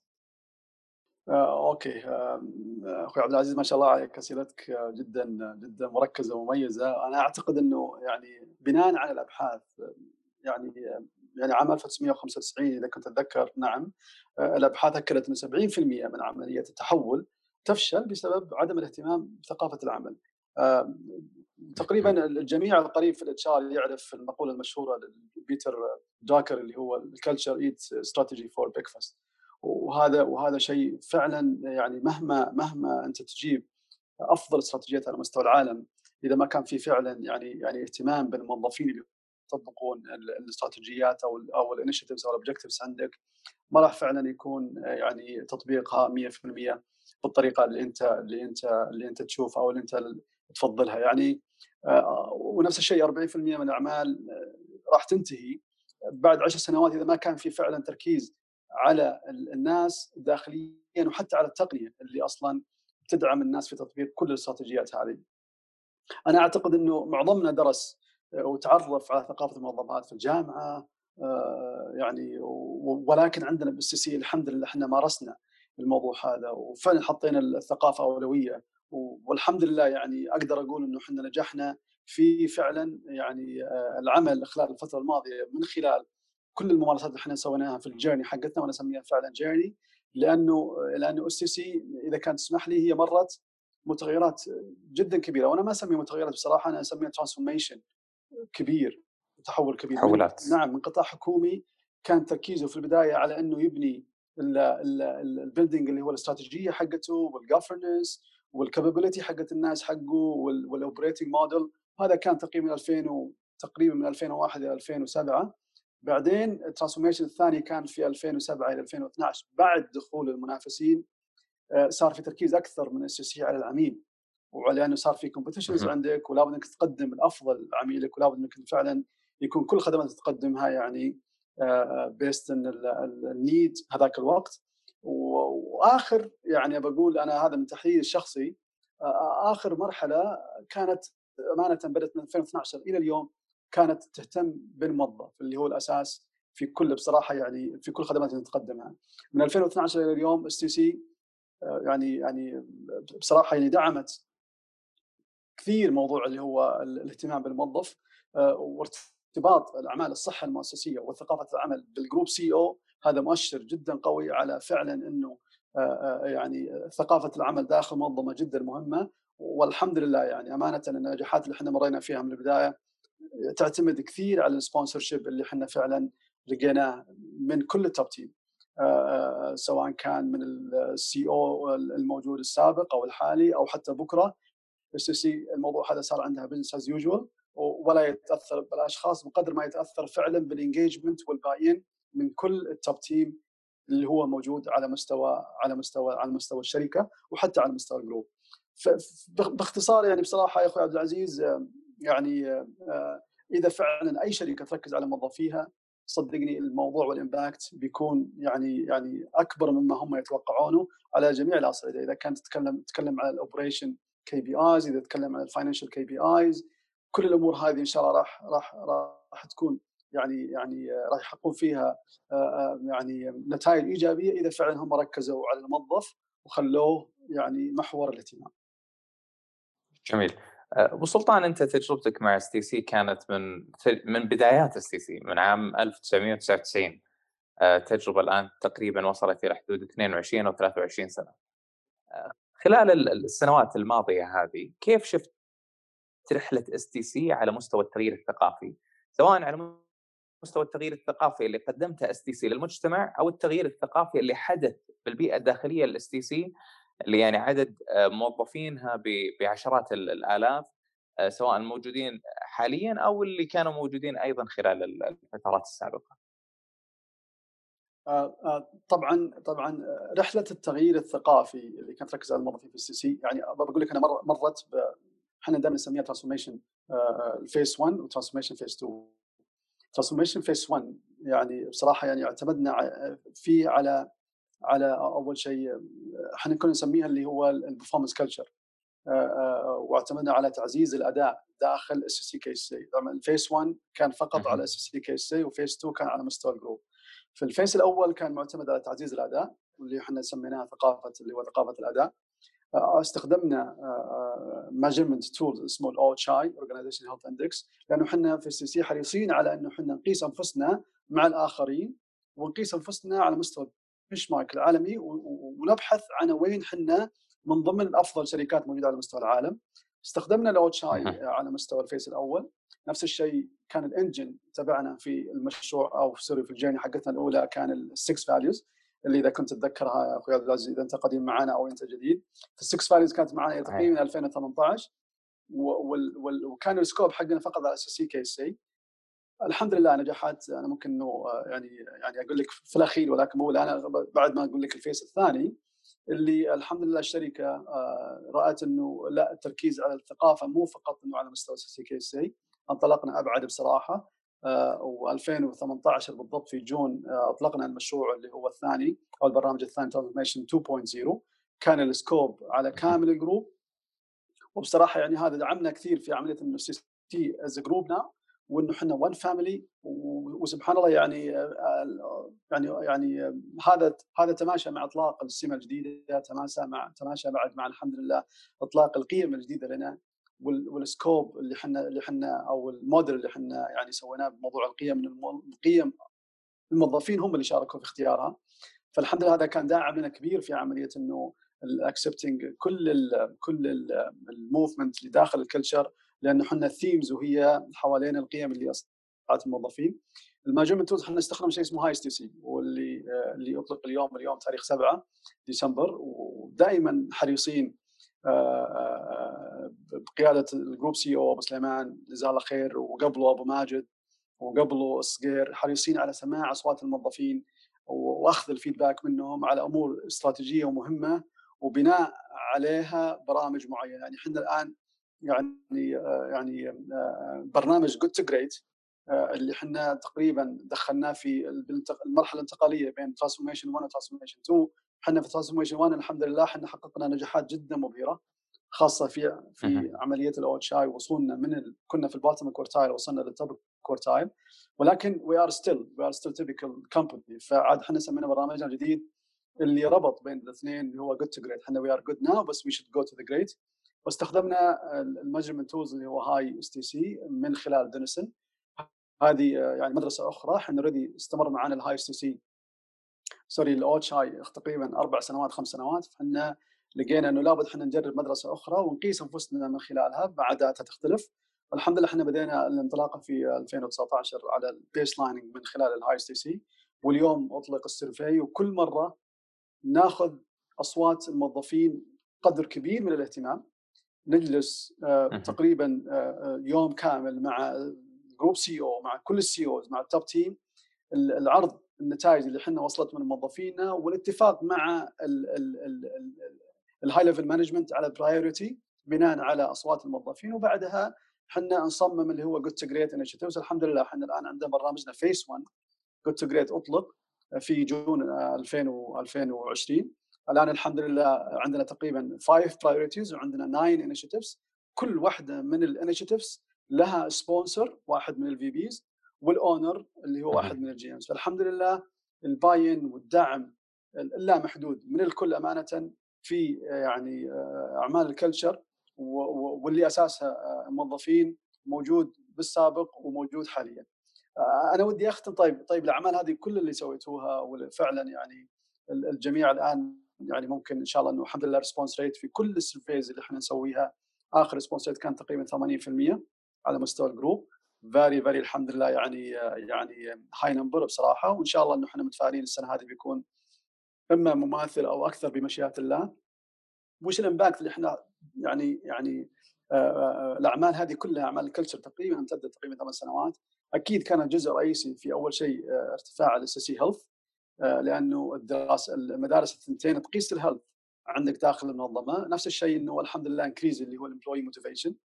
آه، أوكي. آم، أخوي عبد العزيز، ما شاء الله عليك، أسئلتك آه، جدا جدا مركزة ومميزة. أنا أعتقد أنه يعني بناء على الأبحاث، آه، يعني يعني عام ألف وتسعمئة وخمسة وتسعين إذا كنت أتذكر، نعم. آه، الأبحاث أكدت أن سبعين بالمئة من عملية التحول تفشل بسبب عدم الاهتمام بثقافة العمل. آم، اهم. تقريبا الجميع القريب في الاتش ار يعرف المقولة المشهورة لبيتر داكر اللي هو الكالتشر ايت استراتيجي فور بريكفاست. وهذا وهذا شيء فعلا، يعني مهما مهما انت تجيب افضل استراتيجيات على مستوى العالم، اذا ما كان في فعلا يعني يعني اهتمام بالموظفين اللي يطبقون ال- الاستراتيجيات او ال او الانشيتيفز او الاوبجكتيفز عندك، ما راح فعلا يكون يعني تطبيقها مئة بالمئة بالطريقه اللي انت اللي انت اللي انت تشوفها او اللي انت تفضلها يعني. آه، ونفس الشيء أربعين بالمئة من الاعمال آه، راح تنتهي بعد عشر سنوات اذا ما كان في فعلا تركيز على ال- الناس داخليا، وحتى على التقنيه اللي اصلا تدعم الناس في تطبيق كل الاستراتيجيات هذه. انا اعتقد انه معظمنا درس آه، وتعرف على ثقافه المنظمات في الجامعه، آه، يعني و- ولكن عندنا بالسي سي الحمد لله احنا مارسنا الموضوع هذا وفعلا حطينا الثقافه اولويه. و- والحمد لله يعني اقدر اقول انه احنا نجحنا في فعلا يعني آه، العمل خلال الفتره الماضيه من خلال كل الممارسات اللي احنا سويناها في الجيرني حقتنا، وانا اسميها فعلا جيرني، لانه لانه اس تي سي اذا كانت تسمح لي هي مرت متغيرات جدا كبيره، وانا ما اسميها متغيرات بصراحه، انا اسميها ترانسفورميشن كبير، تحول كبير من تحولات. نعم من قطاع حكومي كان تركيزه في البدايه على انه يبني البيلدينج اللي هو الاستراتيجيه حقته والجفرنس والكابابيلتي حقت الناس حقه والاوبريتنج موديل. هذا كان تقريبا من ألفين و تقريبا من ألفين وواحد الى ألفين وسبعة. بعدين الترانسفورميشن الثاني كان في ألفين وسبعة الى ألفين واثني عشر بعد دخول المنافسين. آه، صار في تركيز اكثر من السياسيه على العميل، وعلى انه صار في كومبetitions اهم. عندك، ولابد انك تقدم الافضل لعميلك، ولابد انك فعلا يكون كل خدمات تقدمها يعني بيست ان النيد هذاك الوقت. واخر يعني بقول انا هذا من تحليلي الشخصي، آه، اخر مرحله كانت امانه بدات من ألفين واثني عشر الى اليوم، كانت تهتم بالموظف اللي هو الاساس في كل بصراحه يعني في كل الخدمات اللي تقدمها. من ألفين واثني عشر الى اليوم اس تي سي يعني يعني بصراحه يعني دعمت كثير موضوع اللي هو الاهتمام بالموظف، آه، وارتباط الاعمال الصحه المؤسسيه وثقافه العمل بالجروب سي او. هذا مؤشر جدا قوي على فعلا انه آه، آه، يعني ثقافه العمل داخل منظمه جدا مهمه. والحمد لله يعني امانه النجاحات اللي احنا مرينا فيها من البدايه تعتمد كثير على السبونسر شيب اللي احنا فعلا لقيناه من كل التوب تيم، سواء كان من السي او الموجود السابق او الحالي او حتى بكره. اس سي الموضوع هذا صار عندها بزنس از يوجوال، ولا يتاثر بالاشخاص بقدر ما يتاثر فعلا بالانجيجمنت والباين من كل التوب تيم اللي هو موجود على مستوى على مستوى على مستوى الشركه وحتى على مستوى الجروب. باختصار يعني بصراحه يا اخوي عبد العزيز، يعني آه، اذا فعلا اي شركه تركز على موظفيها صدقني الموضوع والامباكت بيكون يعني يعني اكبر مما هم يتوقعونه على جميع الاصعده. اذا كانت تتكلم تتكلم على الاوبريشن كي بي ايز، اذا تتكلم عن الفاينانشال كي بي ايز، كل الامور هذه ان شاء الله راح راح راح تكون يعني يعني راح يحققون فيها يعني نتائج ايجابيه اذا فعلا هم ركزوا على الموظف وخلوه يعني محور الاهتمام. جميل. آه، أبو سلطان، أنت تجربتك مع اس تي سي كانت من من بدايات اس تي سي من عام ألف وتسعمئة وتسعة وتسعين. آه، تجربة الآن تقريبا وصلت إلى حدود اثنين وعشرين أو ثلاثة وعشرين سنة. خلال ال- السنوات الماضية هذه، كيف شفت رحلة اس تي سي على مستوى التغيير الثقافي، سواء على مستوى التغيير الثقافي اللي قدمته اس تي سي للمجتمع، او التغيير الثقافي اللي حدث بالبيئة الداخلية للاس تي سي، اللي يعني عدد آه، موظفينها ب- بعشرات ال- الآلاف، آه، سواء موجودين حاليا او اللي كانوا موجودين ايضا خلال ال- الفترات السابقة. آه، آه، طبعا طبعا آه، رحله التغيير الثقافي اللي كانت تركز على الموظفين في السي سي، يعني بقول لك انا مر- مرت ب- احنا دائما نسميها ترانسفورميشن الفيس واحد وترانسفورميشن فيس اثنين. ترانسفورميشن فيس واحد يعني بصراحه يعني اعتمدنا فيه على على اول شيء احنا كنا نسميها اللي هو البرفورمانس كلتشر، واعتمدنا على تعزيز الاداء داخل اس سي كي سي. طبعا الفيس واحد كان فقط على اس سي كي سي، وفيس اثنين كان على مستوى الجروب. في الفيس الاول كان معتمد على تعزيز الاداء اللي احنا سميناها ثقافه اللي هو ثقافه الاداء. استخدمنا ميجرمنت تول اسمه الاو اتش اي اورجانيزيشن هيلث اندكس، لانه احنا في السي سي حريصين على انه احنا نقيس انفسنا مع الاخرين ونقيس انفسنا على مستوى البنش مارك العالمي، ونبحث عن وين احنا من ضمن افضل شركات موجوده على مستوى العالم. استخدمنا الاو اتش اي على مستوى الفيس الاول. نفس الشيء كان الانجن تبعنا في المشروع او سوري في الجيرني حقتنا الاولى كان السكس فاليوز، اللي اذا كنت تتذكرها يا اخوي عبد العزيز اذا انت قديم معنا او انت جديد. السكس فاليوز كانت معنا تقريبا من ألفين وثمانية عشر، وكان السكوب حقنا فقط على اس سي كي سي. الحمد لله نجاحات. انا ممكن انه يعني يعني اقول لك في الاخير، ولكن بقول انا بعد ما اقول لك الفيس الثاني اللي الحمد لله الشركه رأت انه لا، التركيز على الثقافه مو فقط انه على مستوى اس سي كي سي، انطلقنا ابعد بصراحه. و2018 بالضبط في جون اطلقنا المشروع اللي هو الثاني او البرنامج الثاني ترانسفورميشن اثنين نقطة صفر. كان السكوب على كامل الجروب، وبصراحه يعني هذا دعمنا كثير في عمليه انه السي تي از جروبنا، وانه احنا وان فاميلي. وسبحان الله يعني يعني يعني هذا هذا تماشى مع اطلاق السمه الجديده، تماشى مع تماشى بعد مع الحمد لله اطلاق القيم الجديده لنا، والسكوب اللي احنا اللي احنا او الموديل اللي احنا يعني سويناه بموضوع القيم. من القيم الموظفين هم اللي شاركوا في اختيارها، فالحمد لله هذا كان داعم لنا كبير في عمليه انه الاكسبتنج كل ال كل الموفمنت اللي داخل الكلتشر، لانه احنا الثيمز وهي حوالين القيم اللي اصبحت الموظفين. المانجمنت تولز احنا نستخدم شيء اسمه هاي اس تي سي، واللي اللي اطلق اليوم اليوم تاريخ سبعة ديسمبر، ودائما حريصين بقياده الجروب سي او ابو سليمان جزاه الله خير، وقبله ابو ماجد، وقبله الصقير، حريصين على سماع اصوات الموظفين واخذ الفيدباك منهم على امور استراتيجيه ومهمه، وبناء عليها برامج معينه. يعني احنا الان يعني يعني برنامج جود تو جريت اللي احنا تقريبا دخلناه في المرحله الانتقاليه بين ترانسفورميشن واحد وترانسفورميشن اثنين. احنا في ترانسفورميشن واحد الحمد لله احنا حققنا نجاحات جدا مبهره، خاصه في في عمليه الاو اتش اي. وصولنا من ال... كنا في الباتم كورتايل وصلنا للتوب كورتايل، ولكن وي ار ستيل وي ار ستيل تيبيكال كومباني. فعاد احنا سمينا برنامجنا الجديد اللي ربط بين الاثنين اللي هو جود تو جريت. احنا وي ار جود ناو بس وي شود جو تو ذا جريت. واستخدمنا الميجرمنت تولز اللي هو هاي اس تي سي من خلال دينيسون. هذه يعني مدرسه اخرى. احنا اوريدي استمر معنا الهاي اس تي سي سوري الاو اتش اي تقريبا اربع سنوات خمس سنوات. فاحنا لقينا انه لابد احنا نجرب مدرسه اخرى ونقيس انفسنا من خلالها، عاداتها تختلف. والحمد لله احنا بدينا الانطلاقه في ألفين وتسعة عشر على البيس لايننج من خلال الهاي اس تي سي، واليوم اطلق السيرفي، وكل مره ناخذ اصوات الموظفين قدر كبير من الاهتمام. نجلس آه تقريبا آه يوم كامل مع جروب سي او، مع كل السي اوز، مع التوب تيم، العرض النتائج اللي احنا وصلت من موظفينا، والاتفاق مع الهاي ليفل مانجمنت على برايورتي بناء على اصوات الموظفين. وبعدها احنا نصمم اللي هو جود تو جريت انيشيتيفز. الحمد لله احنا الان عندنا برنامجنا فيس واحد جود تو جريت اطلق في جون ألفين وعشرين. الان الحمد لله عندنا تقريبا خمسة برايورتيز وعندنا تسعة انيشيتيفز. كل واحده من الانيشيتيفز لها سبونسر، واحد من الفي بيز، والاونر اللي هو واحد من الجي امز. فالحمد لله الباين والدعم اللا محدود من الكل امانه في يعني اعمال الكلتشر، واللي اساسها موظفين موجود بالسابق وموجود حاليا. انا ودي اختم. طيب طيب الاعمال هذه كل اللي سويتوها وفعلا يعني الجميع الان يعني ممكن ان شاء الله انه الحمد لله ريسبونس ريت في كل السيرفيز اللي احنا نسويها، اخر ريسبونس ريت كان تقريبا ثمانين بالمئة على مستوى الجروب. فيري فيري الحمد لله يعني يعني هاي نمبر بصراحه. وان شاء الله انه احنا متفائلين السنه هذه بيكون اما مماثل او اكثر بمشيئه الله. وش الامباكت اللي احنا يعني يعني آآ الاعمال هذه كلها اعمال الكلتشر تقريبا امتدت تقريبا ثمان سنوات. اكيد كانت جزء رئيسي في اول شيء ارتفاع الاس سي هيلث، لانه الدراسه المدارس الثنتين تقيس الهيلث عندك داخل المنظمه. نفس الشيء انه الحمد لله انكريز اللي هو الامبلوي موتيفيشن،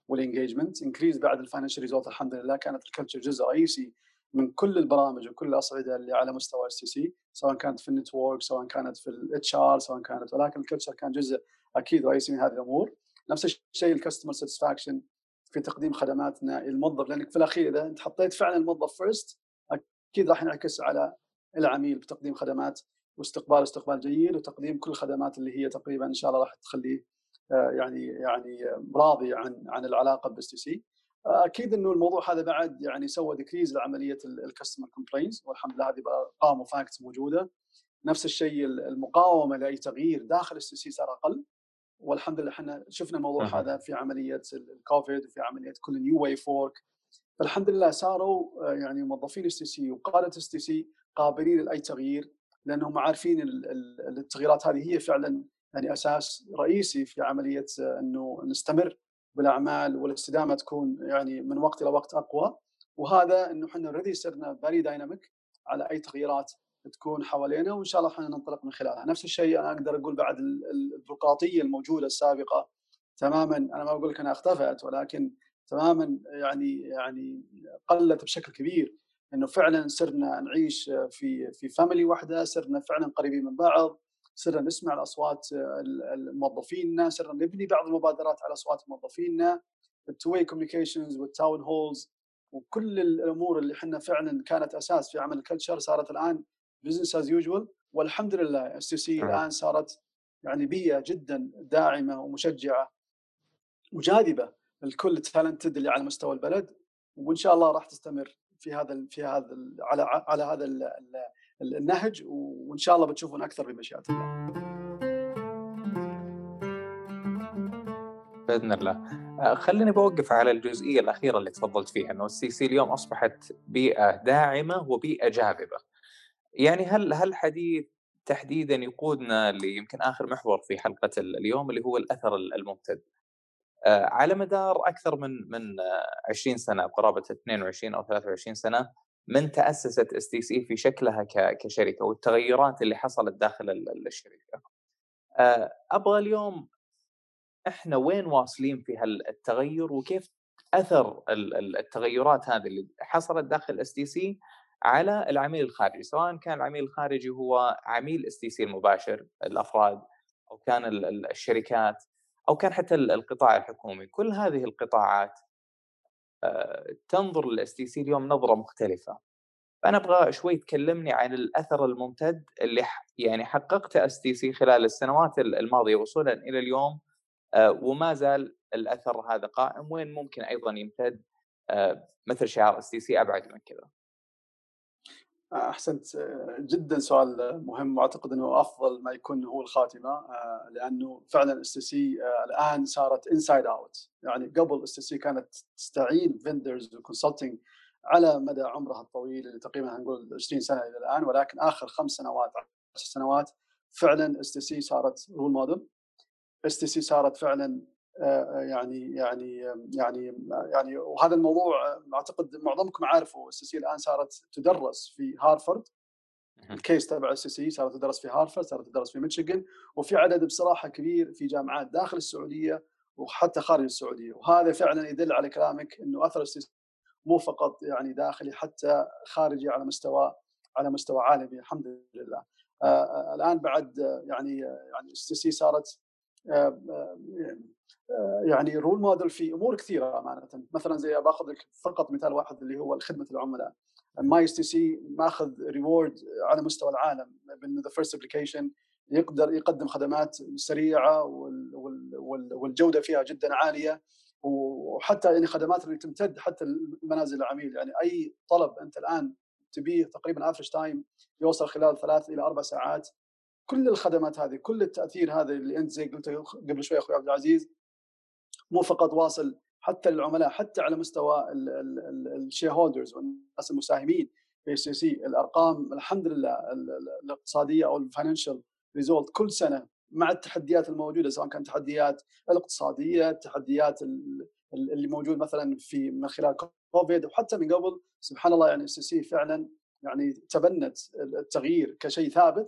والانجيجمنت، انكريز بعد الفاينانشال ريزولت. الحمد لله كانت الكلتشر جزء رئيسي من كل البرامج وكل الاصعده اللي على مستوى اس تي سي، سواء كانت في النتورك، سواء كانت في الاتش ار، سواء كانت، ولكن الكلتشر كان جزء اكيد رئيسي من هذه الامور. نفس الشيء الكاستمر ساتسفاكشن في تقديم خدماتنا للموظف، لانك في الاخير اذا انت حطيت فعلا الموظف فيرست اكيد راح ينعكس على العميل بتقديم خدمات واستقبال استقبال جيد، وتقديم كل الخدمات اللي هي تقريبا ان شاء الله راح تخليه يعني يعني راضي عن عن العلاقه باس تي سي. اكيد انه الموضوع هذا بعد يعني سوى ديكريز لعمليه الكاستمر كومبلينز، والحمد لله هذه ارقام وفاكتس موجوده. نفس الشيء المقاومه لاي تغيير داخل اس تي سي صار اقل، والحمد لله احنا شفنا الموضوع هذا في عمليه الكوفيد وفي عمليه كل نيو واي فورك. فالحمد لله صاروا يعني موظفين اس تي سي وقاده اس تي سي قابلين لاي تغيير، لانهم عارفين التغييرات هذه هي فعلا يعني اساس رئيسي في عمليه انه نستمر بالاعمال والاستدامه تكون يعني من وقت الى وقت اقوى. وهذا انه احنا اوريدي صرنا فيري دايناميك على اي تغييرات تكون حوالينا، وان شاء الله احنا ننطلق من خلالها. نفس الشيء انا اقدر اقول بعد البيروقراطيه الموجوده السابقه تماما، انا ما اقول لك انها اختفت، ولكن تماما يعني يعني قلت بشكل كبير. انه فعلا صرنا نعيش في في فاميلي واحده، صرنا فعلا قريبين من بعض، صرنا نسمع الاصوات الموظفيننا، صرنا نبني بعض المبادرات على اصوات موظفيننا، التو واي كوميونيكيشنز والتاون هولز وكل الامور اللي احنا فعلا كانت اساس في عمل الكلتشر صارت الان بزنس از يوجوال. والحمد لله اس تي سي الان صارت يعني بيئه جدا داعمه ومشجعه وجاذبه لكل التالنتد اللي على مستوى البلد، وان شاء الله راح تستمر في هذا في هذا على على هذا النهج، وان شاء الله بتشوفون اكثر بمشيئه الله باذن الله. خليني بوقف على الجزئيه الاخيره اللي تفضلت فيها، انه السي سي اليوم اصبحت بيئه داعمه وبيئه جاذبه. يعني هل هل حديث تحديدا يقودنا ليمكن اخر محور في حلقه اليوم اللي هو الاثر الممتد. على مدار اكثر من من عشرين سنه، قرابه اثنين وعشرين او ثلاثة وعشرين سنه من تاسست اس تي سي في شكلها كشركه والتغيرات اللي حصلت داخل الشركه. ابغى اليوم احنا وين واصلين في هالتغير، وكيف اثر التغيرات هذه اللي حصلت داخل اس تي سي على العميل الخارجي، سواء كان العميل الخارجي هو عميل اس تي سي المباشر الافراد، او كان الشركات، او كان حتى القطاع الحكومي. كل هذه القطاعات تنظر للاس تي سي اليوم نظره مختلفه. فانا ابغى شوي تكلمني عن الاثر الممتد اللي يعني حققته اس تي سي خلال السنوات الماضيه وصولا الى اليوم، وما زال الاثر هذا قائم، وين ممكن ايضا يمتد مثل شعار اس تي سي ابعد من كذا. احسنت جدا، سؤال مهم، واعتقد انه افضل ما يكون هو الخاتمه، لانه فعلا اس تي سي الان صارت انسايد اوت. يعني قبل اس تي سي كانت تستعين فيندرز وكونسلتنج على مدى عمرها الطويل اللي تقريبا هنقول عشرين سنه الى الان، ولكن اخر خمس سنوات عشر سنوات فعلا اس تي سي صارت رول موديل. اس تي سي صارت فعلا يعني يعني يعني يعني وهذا الموضوع اعتقد معظمكم عارفه. اس تي سي الان صارت تدرس في هارفارد، الكيس تبع اس تي سي صارت تدرس في هارفارد، صارت تدرس في ميشيغان، وفي عدد بصراحه كبير في جامعات داخل السعوديه وحتى خارج السعوديه. وهذا فعلا يدل على كلامك انه اثر اس تي سي مو فقط يعني داخلي، حتى خارجي على مستوى على مستوى عالمي الحمد لله. آه الان بعد يعني يعني اس تي سي صارت آه آه يعني رول موديل في امور كثيره امانه. مثلا زي باخذ لك فقط مثال واحد اللي هو خدمه العملاء. ماي اس تي سي ماخذ ريورد على مستوى العالم بانه ذا فيرست ابلكيشن يقدر يقدم خدمات سريعه والجوده فيها جدا عاليه، وحتى يعني خدمات اللي تمتد حتى المنازل العميل. يعني اي طلب انت الان تبيه تقريبا افرج تايم يوصل خلال ثلاث الى اربع ساعات. كل الخدمات هذه، كل التاثير هذا اللي انت زي قلت قبل شوي اخوي عبد العزيز، مو فقط واصل حتى للعملاء، حتى على مستوى الشير هولدرز والناس المساهمين في اس تي سي. الارقام الحمد لله الاقتصاديه او الفاينانشال ريزولت كل سنه مع التحديات الموجوده، سواء كانت تحديات الاقتصاديه، التحديات اللي موجود مثلا في من خلال كوفيد وحتى من قبل. سبحان الله يعني اس تي سي فعلا يعني تبنت التغيير كشيء ثابت،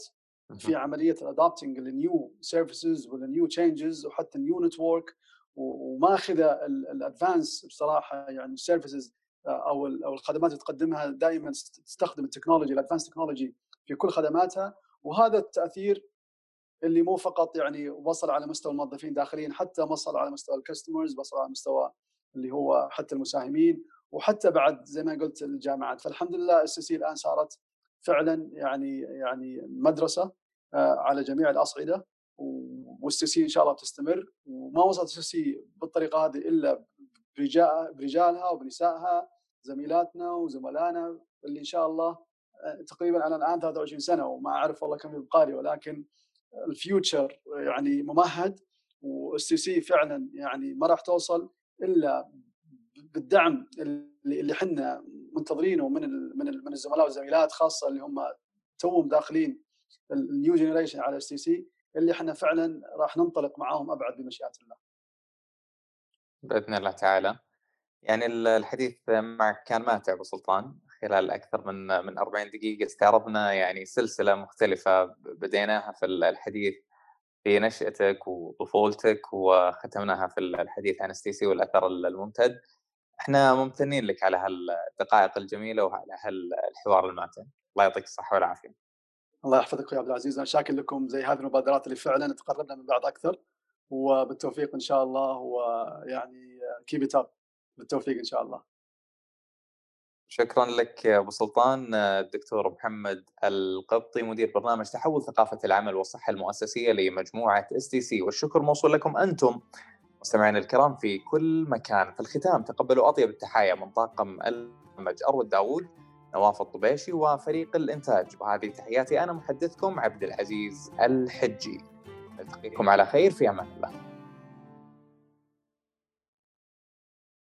في عمليه الادابتنج للنيو سيرفيسز والنيو تشينجز وحتى النيو نتورك، وماخذه الادفانس بصراحه. يعني السيرفيسز او او الخدمات اللي تقدمها دائما تستخدم التكنولوجي، الادفانس تكنولوجي في كل خدماتها. وهذا التاثير اللي مو فقط يعني وصل على مستوى الموظفين داخليا، حتى وصل على مستوى الكاستمرز، وصل على مستوى اللي هو حتى المساهمين، وحتى بعد زي ما قلت الجامعات. فالحمد لله اس سي الان صارت فعلا يعني يعني مدرسه على جميع الاصعده، واس سي ان شاء الله بتستمر. وما وصلت اس سي بالطريقه هذه الا برجالها وبنسائها، زميلاتنا وزملائنا اللي ان شاء الله تقريبا انا الان ثلاثة وعشرين سنه وما اعرف والله كم يبقى لي، ولكن الفيوتشر يعني ممهد. واس سي فعلا يعني ما راح توصل الا بالدعم اللي احنا منتظرينه من من من الزملاء والزميلات، خاصه اللي هم توهم داخلين النيو جنريشن على اس سي، اللي احنا فعلا راح ننطلق معاهم ابعد بمشيئه الله باذن الله تعالى. يعني الحديث معك كان ماتع ابو سلطان، خلال اكثر من من أربعين دقيقه استعرضنا يعني سلسله مختلفه بديناها في الحديث في نشأتك وطفولتك، وختمناها في الحديث عن اس تي سي والاثر الممتد. احنا ممتنين لك على هالدقائق الجميله وعلى هالحوار الماتع. الله يعطيك الصحه والعافيه. الله يحفظك يا عبد العزيز، انا شاكر لكم زي هذه المبادرات اللي فعلا تقربنا من بعض اكثر، وبالتوفيق ان شاء الله. ويعني كيب ات اب، بالتوفيق ان شاء الله. شكرا لك يا ابو سلطان. الدكتور محمد القبطي، مدير برنامج تحول ثقافه العمل والصحه المؤسسيه لمجموعه اس تي سي، والشكر موصول لكم انتم مستمعينا الكرام في كل مكان. في الختام تقبلوا اطيب التحايا من طاقم البرنامج أروى داوود، نواف الطبيشي، وفريق الانتاج. وهذه تحياتي انا محدثكم عبد العزيز الحجي. نلتقيكم على خير، في امان الله.